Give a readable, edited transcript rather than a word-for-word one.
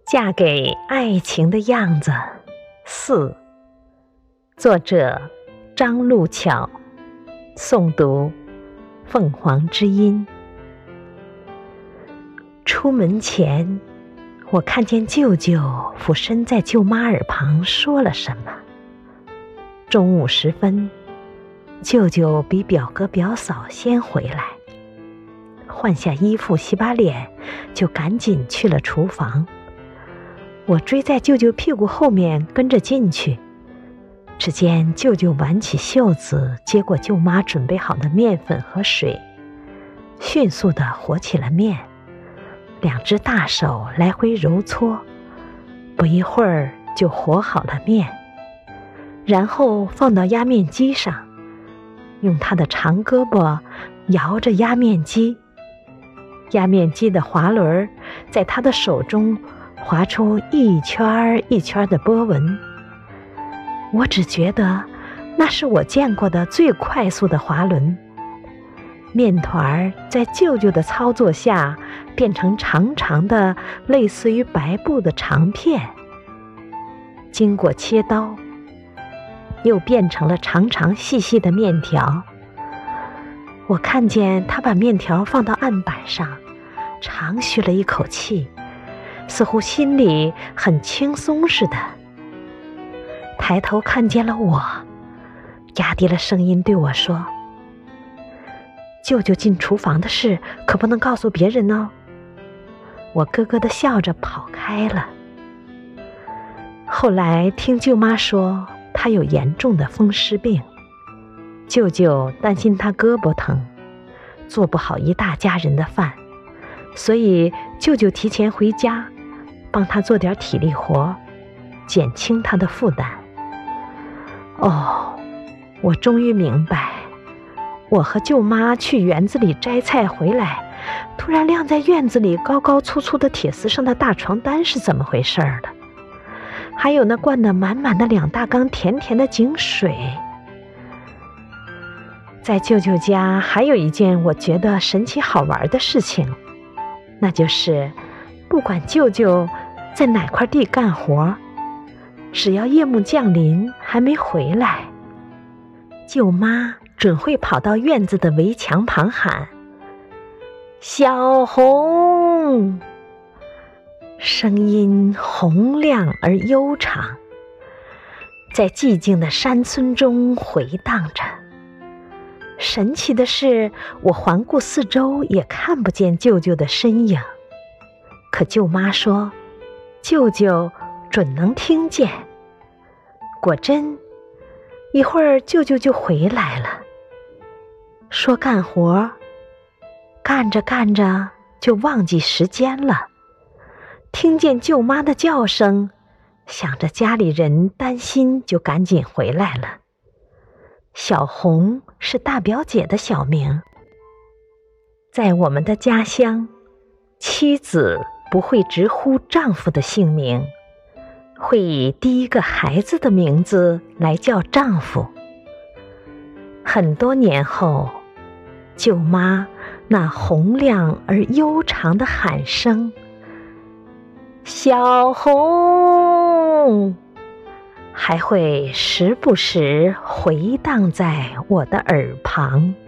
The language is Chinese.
嫁给爱情的样子4，作者张路巧，诵读凤凰之音。出门前，我看见舅舅俯身在舅妈耳旁说了什么。中午时分，舅舅比表哥表嫂先回来，换下衣服洗把脸，就赶紧去了厨房。我追在舅舅屁股后面跟着进去，只见舅舅挽起袖子，接过舅妈准备好的面粉和水，迅速地和起了面，2只大手来回揉搓，不一会儿就和好了面，然后放到压面机上，用他的长胳膊摇着压面机，压面机的滑轮在他的手中划出一圈一圈的波纹。我只觉得那是我见过的最快速的滑轮。面团在舅舅的操作下变成长长的类似于白布的长片，经过切刀又变成了长长细细的面条。我看见他把面条放到案板上，长吁了一口气，似乎心里很轻松似的。抬头看见了我，压低了声音对我说：“舅舅进厨房的事可不能告诉别人哦。”我咯咯地笑着跑开了。后来听舅妈说她有严重的风湿病，舅舅担心她胳膊疼，做不好一大家人的饭，所以舅舅提前回家帮她做点体力活，减轻她的负担。我终于明白，我和舅妈去园子里摘菜回来，突然晾在院子里高高粗粗的铁丝上的大床单是怎么回事了。还有那灌得满满的2大缸甜甜的井水。在舅舅家还有一件我觉得神奇好玩的事情，那就是不管舅舅在哪块地干活，只要夜幕降临还没回来，舅妈准会跑到院子的围墙旁喊：“小红！”声音洪亮而悠长，在寂静的山村中回荡着。神奇的是，我环顾四周也看不见舅舅的身影，可舅妈说舅舅准能听见。果真，一会儿舅舅就回来了，说干活，干着干着就忘记时间了。听见舅妈的叫声，想着家里人担心，就赶紧回来了。小红是大表姐的小名。在我们的家乡，妻子不会直呼丈夫的姓名，会以第一个孩子的名字来叫丈夫。很多年后，舅妈那洪亮而悠长的喊声“小红”还会时不时回荡在我的耳旁。